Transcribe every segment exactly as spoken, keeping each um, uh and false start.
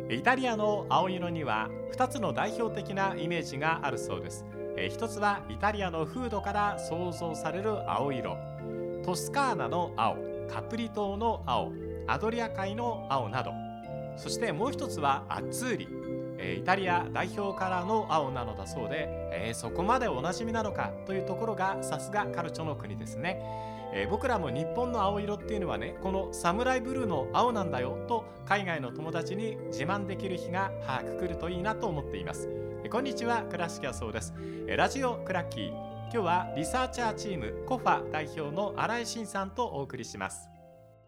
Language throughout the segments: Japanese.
イタリアの青色にはふたつの代表的なイメージがあるそうです。えー、ひとつはイタリアの風土から想像される青色、トスカーナの青、カプリ島の青、アドリア海の青など、そしてもう一つはアッツーリ、えー、イタリア代表カラーの青なのだそうで、えー、そこまでおなじみなのかというところがさすがカルチョの国ですね。えー、僕らも日本の青色っていうのはね、このサムライブルーの青なんだよと海外の友達に自慢できる日が早く来るといいなと思っています。えー、こんにちは、倉敷そうです。えー、ラジオクラッキー、今日はリサーチャーチームコファ代表の新井真さんとお送りします。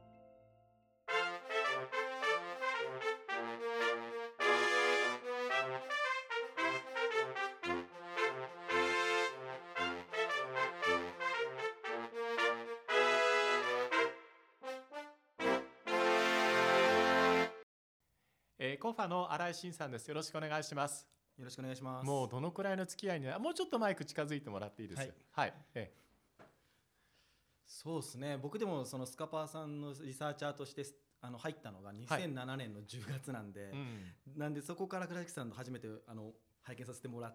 えー、コファの新井真さんです。よろしくお願いします。 よろしくお願いします。 もうどのくらいの付き合いになる、もうちょっとマイク近づいてもらっていいですよ。はい、はい、ええ、 そうですね。僕でもそのスカパーさんのリサーチャーとしてあの入ったのがにせんななねんのじゅうがつなんで、はい、うん、なんでそこから倉敷さんと初めてあの拝見させてもらって、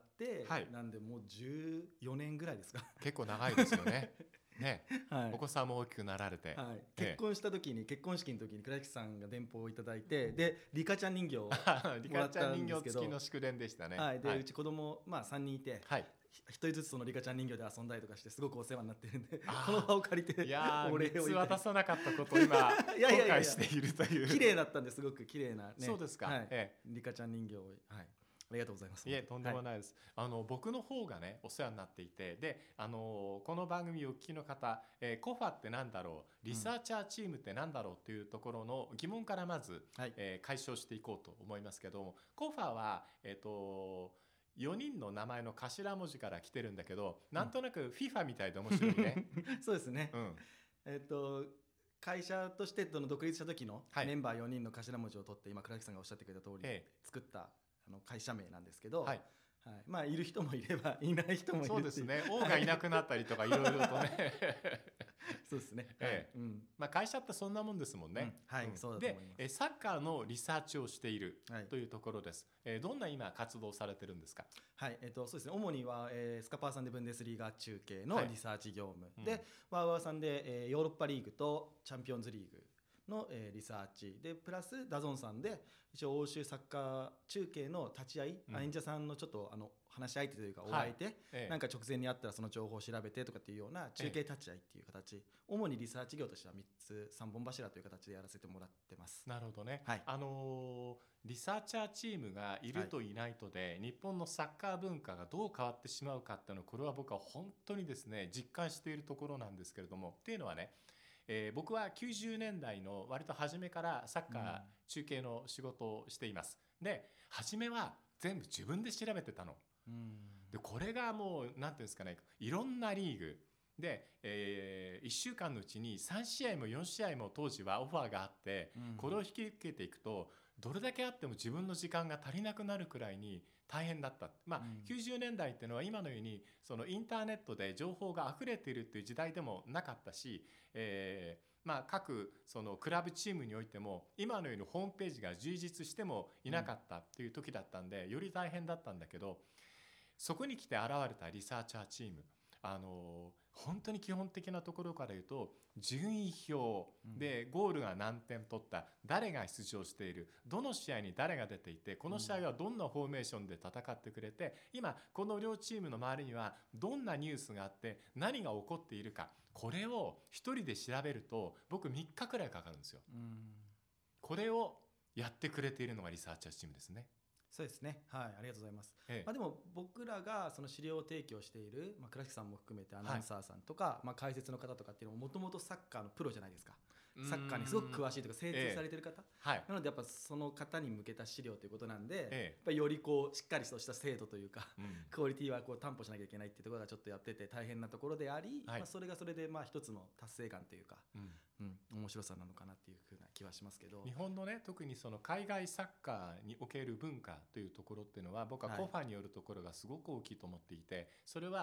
はい、なんでもうじゅうよねんぐらいですか。 結構長いですよね。ね、はい、お子さんも大きくなられて、 はい、結婚した時に結婚式の時に倉敷さんが電報をいただいて、でリカちゃん人形をもらったんですけどリカちゃん人形付きの祝電でしたね。 はい、で、はい、うち子供、まあ、さんにんいて、はい、ひとりずつそのリカちゃん人形で遊んだりとかしてすごくお世話になってるんで、この場を借りていやお礼を言いたい。 渡さなかったことを今後悔しているという。 綺麗だったんですごく綺麗な、ね、 そうですか、はい、ええ、 リカちゃん人形を、はい、ありがとうございます。 いえ、とんでもないです、はい、あの僕の方がねお世話になっていて、であのこの番組をお聞きの方、えー、コファってなんだろう、リサーチャーチームってなんだろうというところの疑問からまず、はい、えー、解消していこうと思いますけども、コファは、えーとよにんの名前の頭文字から来てるんだけど、なんとなく FIFA みたいで面白いね。 そうですね、 うん、 えっと会社として独立した時のメンバーよにんの頭文字を取って、今倉木さんがおっしゃってくれた通り作ったあの会社名なんですけど、はいはい、まあいる人もいればいない人もいる。 そうですね、王がいなくなったりとかいろいろとねそうですね、 ええ、うん、まあ、会社ってそんなもんですもんね、 うん、はい、うん、そうだと思います。 でサッカーのリサーチをしているというところです、はい、えー、どんな今活動されてるんですか？ はい、えーとそうですね、主には、えー、スカパーさんでブンデスリーガ中継のリサーチ業務、はい、で、うん、ワーワーさんで、えー、ヨーロッパリーグとチャンピオンズリーグの、えー、リサーチで、プラスダゾンさんで一応欧州サッカー中継の立ち会い、うん、演者さんのちょっとあの話し相手というかお相手、はい、ええ、なんか直前にあったらその情報を調べてとかっていうような中継立ち会いっていう形、ええ、主にリサーチ業としてはみっつさんぼん柱という形でやらせてもらってます。 なるほどね、 はい、 あのー、リサーチャーチームがいるといないとで、はい、日本のサッカー文化がどう変わってしまうかっていうのは、これは僕は本当にですね実感しているところなんですけれども、っていうのはね、えー、僕はきゅうじゅうねんだいの割と初めからサッカー中継の仕事をしています、うん、で初めは全部自分で調べてたの、うん、でこれがもうなんていうんですかね、いろんなリーグで、えー、いっしゅうかんのうちにさんしあいもよんしあいも当時はオファーがあって、うん、これを引き受けていくとどれだけあっても自分の時間が足りなくなるくらいに大変だった。まあ、うん、きゅうじゅうねんだいっていうのは今のようにそのインターネットで情報があふれているっていう時代でもなかったし、えーまあ、各そのクラブチームにおいても今のようにホームページが充実してもいなかったっていう時だったんで、より大変だったんだけど、そこに来て現れたリサーチャーチーム、あの本当に基本的なところから言うと、順位表でゴールが何点取った、誰が出場している、どの試合に誰が出ていて、この試合はどんなフォーメーションで戦ってくれて、今この両チームの周りにはどんなニュースがあって何が起こっているか、これを一人で調べると僕みっかくらいかかるんですよ。うん、これをやってくれているのがリサーチャーチームですね。 そうですね、はい、ありがとうございます。ええ、まあ、でも僕らがその資料を提供している、まあ、倉敷さんも含めてアナウンサーさんとか、はい、まあ、解説の方とかっていうのももともとサッカーのプロじゃないですか。サッカーにすごく詳しいとか精通されてる方、ええ、はい、なのでやっぱその方に向けた資料ということなんで、ええ、やっぱりよりこうしっかりとした精度というか、うん、クオリティはこう担保しなきゃいけないっていうところがちょっとやってて大変なところであり、はい、まあ、それがそれでまあ一つの達成感というか、うんうん、面白さなのかなっていうふうな気はしますけど、 日本のね特にその海外サッカーにおける文化というところっていうのは僕はコファによるところがすごく大きいと思っていて、それは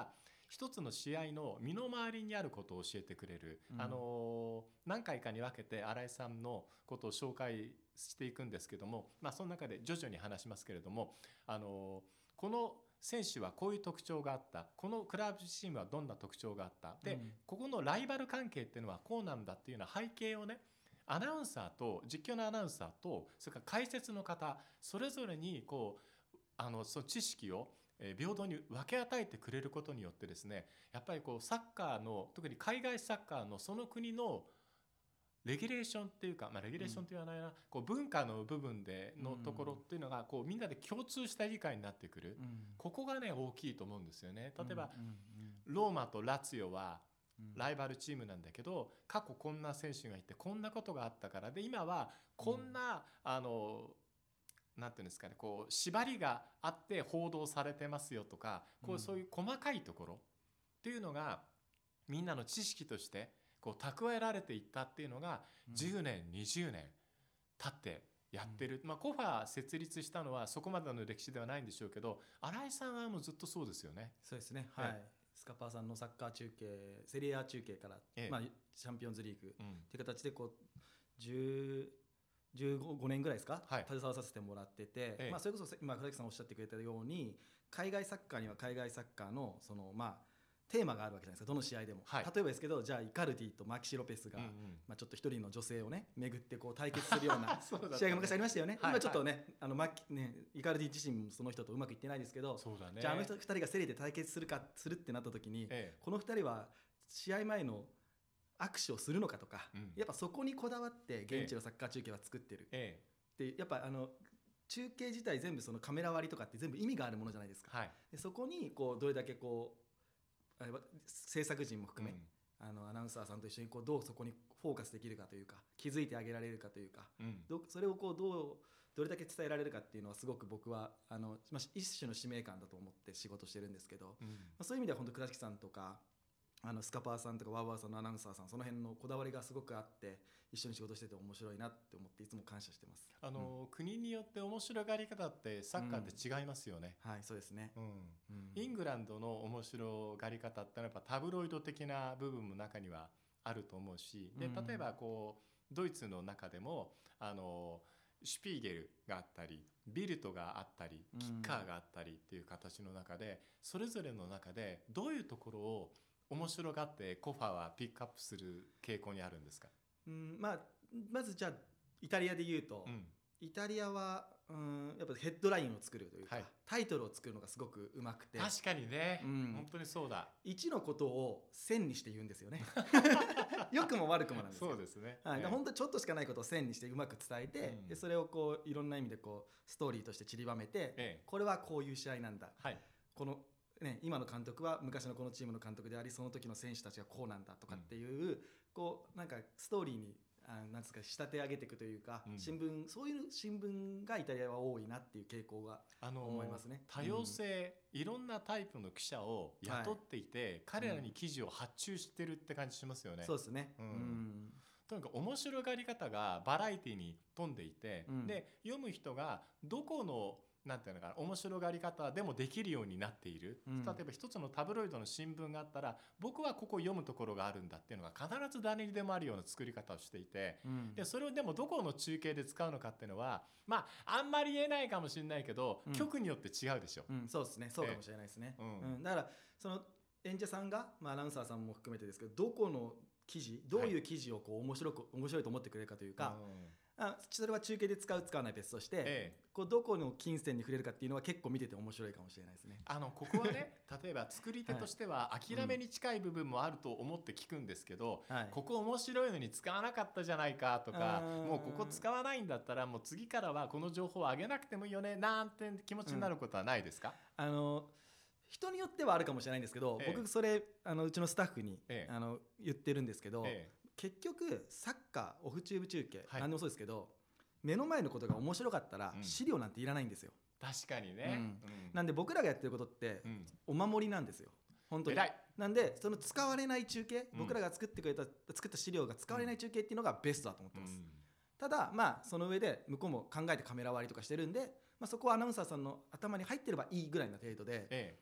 一つの試合の身の回りにあることを教えてくれる、 うん、 あの何回かに分けて新井さんのことを紹介していくんですけども、まあ、その中で徐々に話しますけれども、あのこの選手はこういう特徴があった、このクラブチームはどんな特徴があった、で、うん、ここのライバル関係っていうのはこうなんだっていうような背景をね、アナウンサーと実況のアナウンサーとそれから解説の方それぞれにこうあのその知識を平等に分け与えてくれることによってですね、やっぱりこうサッカーの特に海外サッカーのその国のレギュレーションっていうか、まあ、レギュレーションって言わないな、うん、こう文化の部分でのところっていうのがこうみんなで共通した理解になってくる、うん、ここがね大きいと思うんですよね。例えば、うんうんうん、ローマとラツィオはライバルチームなんだけど、過去こんな選手がいてこんなことがあったからで、今はこんな、うん、あのなんていうんですかね、こう縛りがあって報道されてますよとか、こうそういう細かいところっていうのがみんなの知識としてこう蓄えられていったっていうのがじゅうねんにじゅうねん経ってやってる、うん、まあ、コファ設立したのはそこまでの歴史ではないんでしょうけど、新井さんはもうずっとそうですよね。 そうですね、はい、はい、スカパーさんのサッカー中継、セリエ A 中継から、ええ、まあ、チャンピオンズリーグっていう形でこうじゅうじゅうごねんぐらいですか、はい、携わさせてもらってて、ええ、まあ、それこそ今倉木さんおっしゃってくれたように海外サッカーには海外サッカーのそのまあテーマがあるわけじゃないですか、どの試合でも、はい、例えばですけど、じゃあイカルディとマキシロペスが、うんうん、まあ、ちょっと一人の女性をね巡ってこう対決するような試合が昔ありましたよね。今ちょっとね、はい、あのマキねイカルディ自身もその人とうまくいってないですけど、そうだね、じゃああの人ふたりがセリエで対決するかするってなった時に、ええ、このふたりは試合前の握手をするのかとか、うん、やっぱそこにこだわって現地のサッカー中継は作ってる、ええ、でやっぱあの中継自体全部そのカメラ割りとかって全部意味があるものじゃないですか、はい、でそこにこうどれだけこう制作陣も含め、うん、あのアナウンサーさんと一緒にこうどうそこにフォーカスできるかというか気づいてあげられるかというか、うん、どそれをこうどうどれだけ伝えられるかっていうのはすごく僕はあの、まあ、一種の使命感だと思って仕事してるんですけど、うん、まあ、そういう意味では本当倉敷さんとかあのスカパーさんとかワーワーさんのアナウンサーさん、その辺のこだわりがすごくあって一緒に仕事してて面白いなって思っていつも感謝してます。 あの、うん、国によって面白がり方ってサッカーって違いますよね、 うん、はい、そうですね、うんうん、イングランドの面白がり方ってのはやっぱタブロイド的な部分も中にはあると思うし、で例えばこうドイツの中でもあのシュピーゲルがあったりビルトがあったりキッカーがあったりっていう形の中で、それぞれの中でどういうところを面白がってコファはピックアップする傾向にあるんですか？ うん、まあ、まずじゃあイタリアで言うと、うん、イタリアはうんやっぱヘッドラインを作るというか、はい、タイトルを作るのがすごくうまくて、 確かにね、うん、本当にそうだ。 いちのことを線にして言うんですよね良くも悪くもなんですよ。 そうですね、 はい、本当にちょっとしかないことを線にしてうまく伝えて、うん、でそれをこういろんな意味でこうストーリーとして散りばめて、ええ、これはこういう試合なんだ、はい、このね、今の監督は昔のこのチームの監督でありその時の選手たちがこうなんだとかっていう、うん、こうなんかストーリーにあなんですか仕立て上げていくというか、うん、新聞そういう新聞がイタリアは多いなっていう傾向が思いますね。 多様性、うん、いろんなタイプの記者を雇っていて、はい、彼らに記事を発注してるって感じしますよね、 うん、そうですね、うんうん、 とにかく面白がり方がバラエティに富んでいて、うん、で読む人がどこのなんていうのかな面白がり方でもできるようになっている、うん、例えば一つのタブロイドの新聞があったら僕はここ読むところがあるんだっていうのが必ず誰にでもあるような作り方をしていて、うん、でそれをでもどこの中継で使うのかっていうのはまああんまり言えないかもしれないけど、うん、局によって違うでしょ、 うん、そうですね、そうかもしれないですね、うんうん、だからその演者さんが、まあ、アナウンサーさんも含めてですけどどこの記事どういう記事をこう面白く、はい、面白いと思ってくれるかというか、うん、あそれは中継で使う使わない別として、ええ、こうどこの金銭に触れるかっていうのは結構見てて面白いかもしれないですね。 あのここはね例えば作り手としては諦めに近い部分もあると思って聞くんですけど、はい、ここ面白いのに使わなかったじゃないかとか、もうここ使わないんだったらもう次からはこの情報を上げなくてもいいよねなんて気持ちになることはないですか？ うん、あの人によってはあるかもしれないんですけど、ええ、僕それあのうちのスタッフに、ええ、あの言ってるんですけど、ええ、結局サッカーオフチューブ中継、はい、何でもそうですけど目の前のことが面白かったら資料なんていらないんですよ、 うん、確かにね、うんうん、 なんで僕らがやってることってお守りなんですよ本当に。なんでその使われない中継、うん、僕らが作ってくれた作った資料が使われない中継っていうのがベストだと思ってます、うん、ただまあその上で向こうも考えてカメラ割りとかしてるんで、まあ、そこはアナウンサーさんの頭に入ってればいいぐらいの程度で、ええ、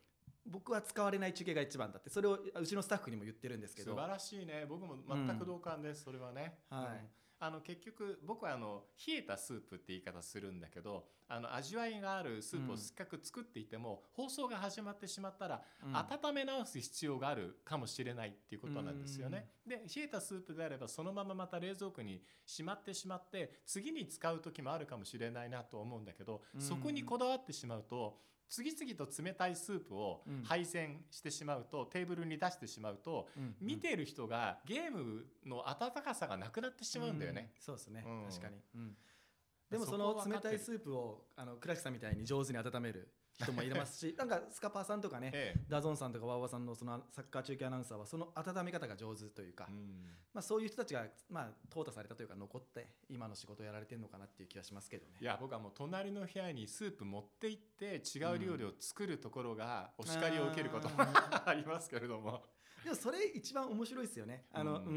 僕は使われない中継が一番だって、それをうちのスタッフにも言ってるんですけど。 素晴らしいね。僕も全く同感です、うん、それはね、 はい、 うん、あの結局僕はあの冷えたスープって言い方するんだけど、あの味わいがあるスープをせっかく作っていても、うん、放送が始まってしまったら、うん、温め直す必要があるかもしれないっていうことなんですよね、うん、で冷えたスープであればそのまままた冷蔵庫にしまってしまって次に使う時もあるかもしれないなと思うんだけど、うん、そこにこだわってしまうと次々と冷たいスープを配膳してしまうと、うん、テーブルに出してしまうと、うん、見ている人がゲームの温かさがなくなってしまうんだよね、 うん、そうですね、うん、確かに、うん、でもその冷たいスープをあの倉木さんみたいに上手に温める人もいますしなんかスカパーさんとかね、ええ、ダゾンさんとかワーワーさんのそのサッカー中継アナウンサーはその温め方が上手というか、うん、まあ、そういう人たちがまあ淘汰されたというか残って今の仕事をやられてるのかなっていう気がしますけどね。 いや僕はもう隣の部屋にスープ持って行って違う料理を作るところがお叱りを受けることも、うん、ありますけれどもでもそれ一番面白いですよね。あの、うんうん、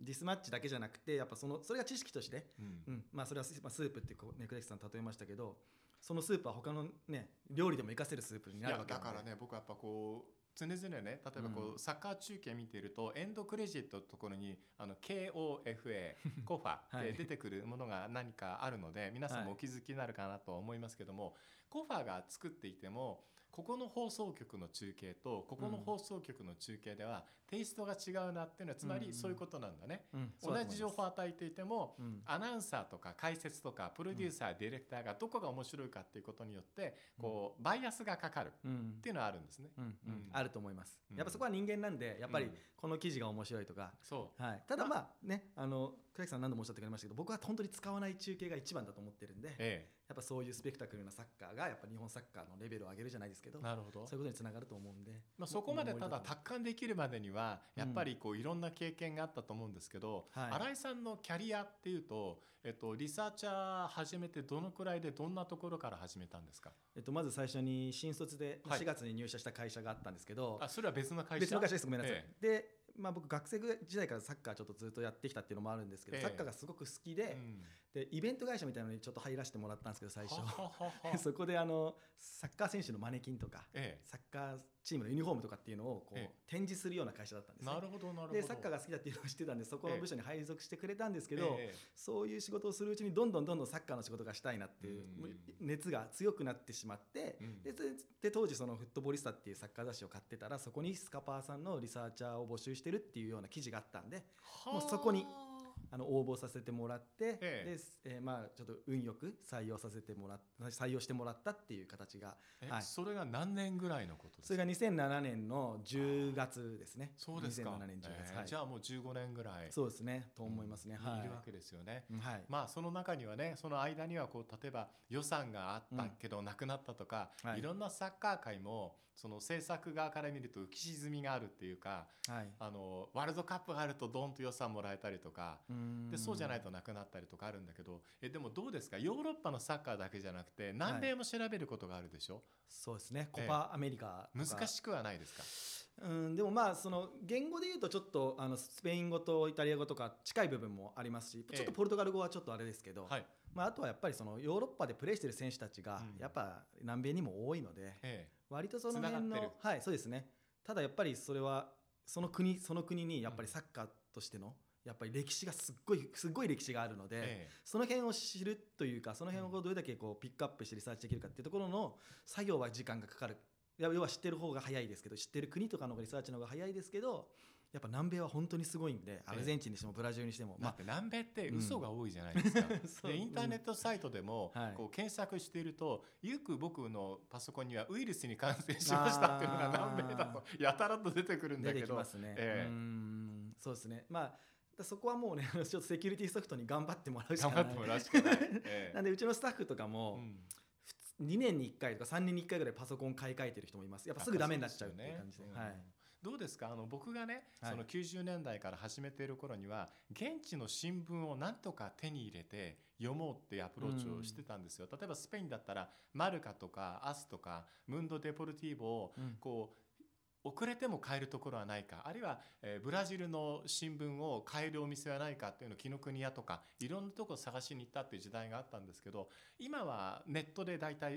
ディスマッチだけじゃなくてやっぱそのそれが知識として、うんうん、まあ、それはスープってこうね、倉木さん例えましたけど、そのスープは他のね料理でも活かせるスープになるわけなんで。 いやだからね、僕はやっぱこう常々ね、例えばこう、うん、サッカー中継見ているとエンドクレジットのところにあの ケーオーエフエー コファで出てくるものが何かあるので、はい、皆さんもお気づきになるかなと思いますけども、はい、コファが作っていてもここの放送局の中継とここの放送局の中継ではテイストが違うなっていうのはつまりそういうことなんだね、うんうん、同じ情報を与えていても、うん、アナウンサーとか解説とかプロデューサー、うん、ディレクターがどこが面白いかっていうことによってこうバイアスがかかるっていうのはあるんですね、 うんうんうん、あると思います、うん、やっぱそこは人間なんでやっぱりこの記事が面白いとか、そうはい、ただまあね、あの倉木さん何度もおっしゃってくれましたけど、僕は本当に使わない中継が一番だと思ってるんで、ええ、やっぱそういうスペクタクルなサッカーがやっぱ日本サッカーのレベルを上げるじゃないですけど、 なるほど、 そういうことにつながると思うんで、 まあ、そこまでただ達観できるまでにはやっぱりこういろんな経験があったと思うんですけど、うん、はい、新井さんのキャリアっていうと、えっと、リサーチャー始めてどのくらいでどんなところから始めたんですか？ えっと、まず最初に新卒でしがつに入社した会社があったんですけど、 はい、あ、それは別の会社？ 別の会社です、ごめんなさい、ええ、でまあ、僕学生時代からサッカーちょっとずっとやってきたっていうのもあるんですけど、ええ、サッカーがすごく好きで、うん、でイベント会社みたいなのにちょっと入らせてもらったんですけど最初はははそこであのサッカー選手のマネキンとか、ええ、サッカーチームのユニフォームとかっていうのをこう、ええ、展示するような会社だったんですね。 なるほどなるほど。 でサッカーが好きだっていうのを知ってたんでそこの部署に配属してくれたんですけど、ええ、そういう仕事をするうちにどんどんどんどんサッカーの仕事がしたいなっていう熱が強くなってしまって、うん、で, で当時そのフットボリスタっていうサッカー雑誌を買ってたらそこにスカパーさんのリサーチャーを募集してるっていうような記事があったんで、もうそこにあの応募させてもらって、ええでえー、まあちょっと運よく採用させてもらっ採用してもらったっていう形が、 はい、それが何年ぐらいのことですか？ それがにせんななねんのじゅうがつですね。 そうですか。 にせんななねんじゅうがつ、 えーはい、じゃあもうじゅうごねんぐらい。 そうですねと思いますね、 うん、 はい、 いるわけですよね、 はい、 まあその中にはね、その間にはこう例えば予算があったけどなくなったとか、うん、いろんなサッカー界もその制作側から見ると浮き沈みがあるっていうか、はい、あのワールドカップがあるとドンと予算もらえたりとかで、そうじゃないとなくなったりとかあるんだけど、えでもどうですか、ヨーロッパのサッカーだけじゃなくて南米も調べることがあるでしょ？はい、 そうですね、コパアメリカとか、 難しくはないですか？ うん、でもまあその言語で言うとちょっとあのスペイン語とイタリア語とか近い部分もありますし、ちょっとポルトガル語はちょっとあれですけど、はい、まあ、あとはやっぱりそのヨーロッパでプレーしている選手たちがやっぱ南米にも多いので、ええ、割とその辺の、はい、そうですね。ただやっぱりそれはその国その国にやっぱりサッカーとしてのやっぱり歴史がすっごいすっごい歴史があるので、ええ、その辺を知るというかその辺をどれだけこうピックアップしてリサーチできるかっていうところの作業は時間がかかる。要は知ってる方が早いですけど、知ってる国とかのリサーチの方が早いですけど、やっぱ南米は本当にすごいんで、アルゼンチンにしてもブラジルにしても、 だって南米って嘘が多いじゃないですか、うん、でインターネットサイトでもこう検索していると、よく僕のパソコンにはウイルスに感染しましたっていうのが南米だとやたらと出てくるんだけど、 出てきますね、えー、うーんそうですね、まあそこはもうねちょっとセキュリティソフトに頑張ってもらうしかない、 頑張ってもらうしかない、えー、 なんでうちのスタッフとかも、うんにねんにいっかいとかさんねんにいっかいぐらいパソコン買い替えてる人もいます。やっぱすぐダメになっちゃうっていう感じで、 ね、はい、どうですか、あの僕がね、はい、そのきゅうじゅうねんだいから始めている頃には現地の新聞をなんとか手に入れて読もうっていうアプローチをしてたんですよ、うん、例えばスペインだったらマルカとかアスとかムンド・デポルティーボをこう、うん遅れても買えるところはないか、あるいは、えー、ブラジルの新聞を買えるお店はないかっていうのを紀ノ国屋とかいろんなところを探しに行ったっていう時代があったんですけど、今はネットで大体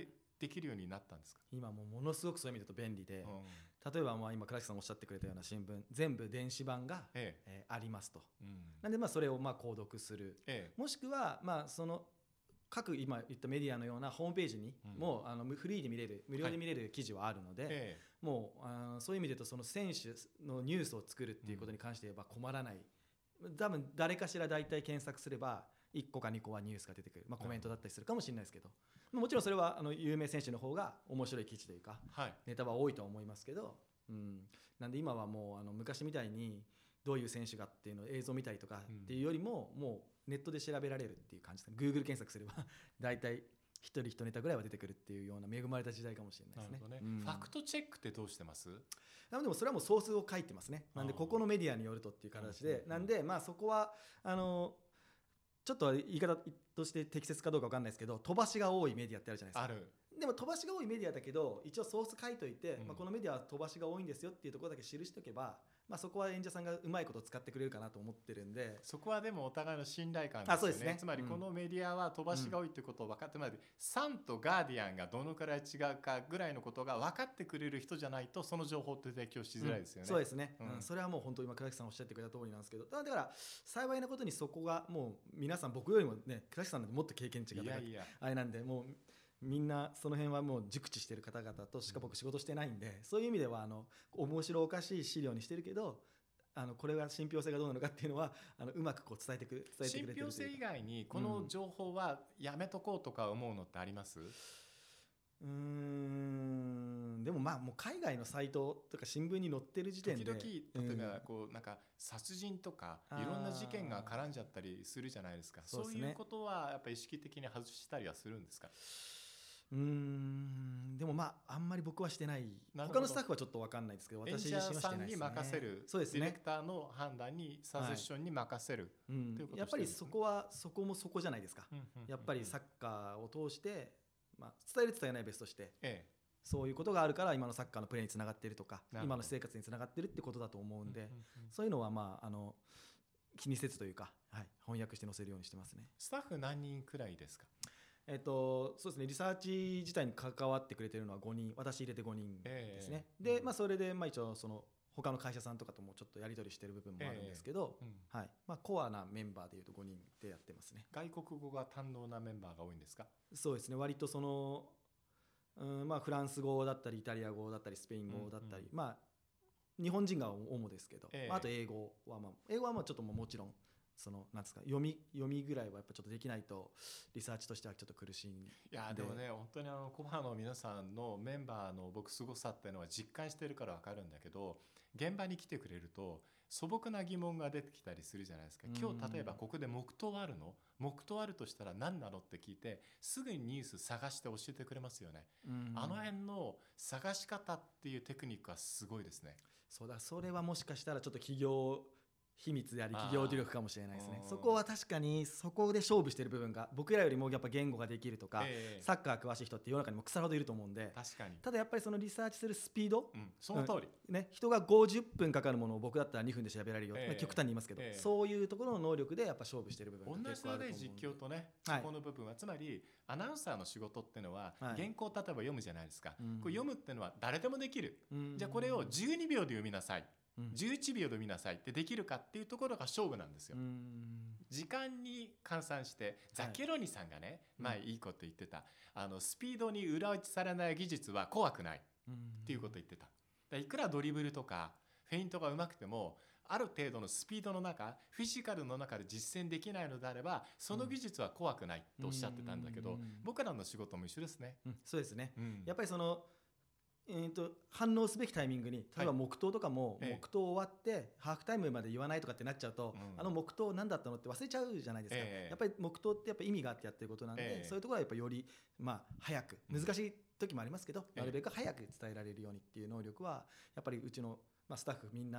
できるようになったんですか？ 今もうものすごくそういう意味だと便利で、 うん、 例えばまあ今倉木さんおっしゃってくれたような新聞全部電子版が、えええー、ありますと、うん、なんでまあそれをまあ購読する、ええ、もしくはまあその各今言ったメディアのようなホームページにもうあのフリーで見れる無料で見れる記事はあるので、はい、ええ、もうあそういう意味で言うとその選手のニュースを作るっていうことに関して言えば困らない、うん、多分誰かしら大体検索すればいっこかにこはニュースが出てくる、まあ、コメントだったりするかもしれないですけど、もちろんそれはあの有名選手の方が面白い記事というか、はい、ネタは多いとは思いますけど、うん、なんで今はもうあの昔みたいにどういう選手がっていうのを映像見たりとかっていうよりも、うん、もうネットで調べられるっていう感じですね。 Google 検索すれば大体一人一ネタぐらいは出てくるっていうような恵まれた時代かもしれないですね。 なるほどね、うん、ファクトチェックってどうしてます？ でもそれはもうソースを書いてますね。なんでここのメディアによるとっていう形で、なんでまあそこはあのちょっと言い方として適切かどうか分かんないですけど、飛ばしが多いメディアってあるじゃないですか。 ある。 でも飛ばしが多いメディアだけど一応ソース書いといて、うん、まあ、このメディアは飛ばしが多いんですよっていうところだけ記しておけば、まあ、そこは演者さんがうまいこと使ってくれるかなと思ってるんで、 そこはでもお互いの信頼感ですよね。あ、そうですね。つまりこのメディアは飛ばしが多いということを分かってもらって、うん、サンとガーディアンがどのくらい違うかぐらいのことが分かってくれる人じゃないとその情報って提供しづらいですよね、うん、 そうですね、うんうん、それはもう本当今倉木さんおっしゃってくれた通りなんですけど、だから幸いなことにそこがもう皆さん僕よりもね倉木さんなんてもっと経験値が高い、いやいやあれなんでもうみんなその辺はもう熟知してる方々としか僕仕事してないんで、そういう意味ではあの面白おかしい資料にしてるけど、あのこれは信憑性がどうなのかっていうのはあのうまくこう伝えてくれ伝えてくれてるというか。 信憑性以外にこの情報はやめとこうとか思うのってあります？ うーんでもまあもう海外のサイトとか新聞に載ってる時点で時々例えばこうなんか殺人とかいろんな事件が絡んじゃったりするじゃないですか。そうですね。そういうことはやっぱり意識的に外したりはするんですか？ うーんでもまああんまり僕はしてない。他のスタッフはちょっと分かんないですけど、私自身はしてないですね。 演者さんに任せる、そうですね、ディレクターの判断にサジェッションに任せる、はい、うん、ということですね。 やっぱりそこはそこもそこじゃないですか、うんうんうんうん、やっぱりサッカーを通して、まあ、伝える伝えない別として、ええ、そういうことがあるから今のサッカーのプレーにつながっているとか今の生活につながっているってことだと思うんで、うんうんうん、そういうのはまああの気にせずというか、はい、翻訳して載せるようにしてますね。 スタッフ何人くらいですか？ えっと、そうですね、リサーチ自体に関わってくれてるのはごにん、私入れてごにんですね、えー、で、まあ、それでまあ一応その他の会社さんとかともちょっとやり取りしてる部分もあるんですけど、えーうん、はい、まあ、コアなメンバーでいうとごにんでやってますね。 外国語が堪能なメンバーが多いんですか？ そうですね、割とその、うん、まあ、フランス語だったりイタリア語だったりスペイン語だったり、うんうん、まあ、日本人が主ですけど、えーまあ、あと英語は、まあ、英語はまあちょっとももちろんそのなんですか、読み読みぐらいはやっぱちょっとできないとリサーチとしてはちょっと苦しいんで。 いやでもね、本当にあのコバの皆さんのメンバーの僕すごさっていうのは実感してるから分かるんだけど、現場に来てくれると素朴な疑問が出てきたりするじゃないですか。今日例えばここで黙祷あるの？黙祷あるとしたら何なのって聞いてすぐにニュース探して教えてくれますよね。あの辺の探し方っていうテクニックはすごいですね。 そうだ、それはもしかしたらちょっと企業秘密であり企業努力かもしれないですね。そこは確かにそこで勝負してる部分が僕らよりもやっぱ言語ができるとか、えー、サッカー詳しい人って世の中にも腐るほどいると思うんで、 確かに。 ただやっぱりそのリサーチするスピード、 うん、その通り、 うん、ね、人がごじゅっぷんかかるものを僕だったらにふんで調べられるよ、えーまあ、極端に言いますけど、えー、そういうところの能力でやっぱ勝負してる部分が結構あると思うんで。 同じので実況とね、そこの部分は、はい、つまりアナウンサーの仕事っていうのは、はい、原稿を例えば読むじゃないですか、うん、これ読むっていうのは誰でもできる、うん、じゃあこれをじゅうにびょうで読みなさい、じゅういちびょうで見なさいってできるかっていうところが勝負なんですよ。時間に換算してザッケロニさんがね、はい、前いいこと言ってた、あのスピードに裏打ちされない技術は怖くないっていうことを言ってた。だからいくらドリブルとかフェイントが上手くてもある程度のスピードの中、フィジカルの中で実践できないのであればその技術は怖くないとおっしゃってたんだけど、僕らの仕事も一緒ですね、 うん、そうですね、うん、やっぱりそのえー、と反応すべきタイミングに、例えば黙祷とかも、はい、黙祷終わってハーフタイムまで言わないとかってなっちゃうと、うん、あの黙祷何だったのって忘れちゃうじゃないですか、えー、やっぱり黙祷ってやっぱ意味があってやってることなんで、えー、そういうところはやっぱより、まあ、早く、難しい時もありますけど、うん、なるべく早く伝えられるようにっていう能力はやっぱりうちの、まあ、スタッフみんな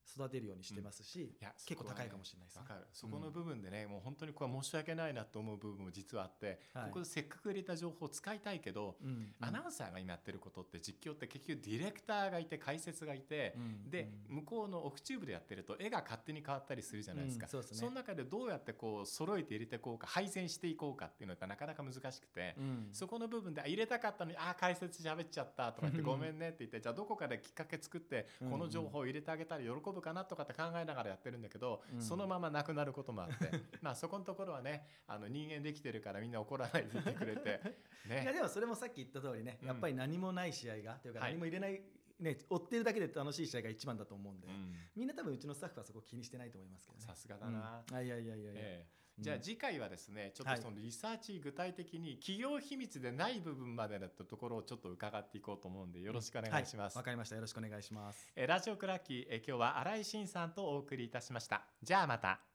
育てるようにしてますし、 うん、いや結構高いかもしれないですね。 わかる。そこの部分でね、うん、もう本当にこれ申し訳ないなと思う部分も実はあって、はい、ここでせっかく入れた情報を使いたいけど、うんうん、アナウンサーが今やってることって実況って結局ディレクターがいて解説がいて、うん、で、うん、向こうのオフチューブでやってると絵が勝手に変わったりするじゃないですか、うん、そうですね、その中でどうやってこう揃えて入れていこうか配線していこうかっていうのがなかなか難しくて、うん、そこの部分で入れたかったのにあ解説喋っちゃったとか言ってごめんねって言ってじゃあどこかできっかけ作ってこの情報を入れてあげたら喜ぶかなとかって考えながらやってるんだけど、うん、そのままなくなることもあってまあそこのところはねあの人間できてるからみんな怒らないでいてくれて、ね、 いやでもそれもさっき言った通りね、やっぱり何もない試合がというか何も入れない、はいね、追ってるだけで楽しい試合が一番だと思うんで、うん、みんな多分うちのスタッフはそこ気にしてないと思いますけどね。 さすがだな、 うん、あいやいやいやいや、 えー、じゃあ次回はですねちょっとそのリサーチ具体的に企業秘密でない部分までのところをちょっと伺っていこうと思うんでよろしくお願いします。 わ、はい、かりました。よろしくお願いします。 えー、ラジオクラッキー、えー、今日は新井慎さんとお送りいたしました。じゃあまた。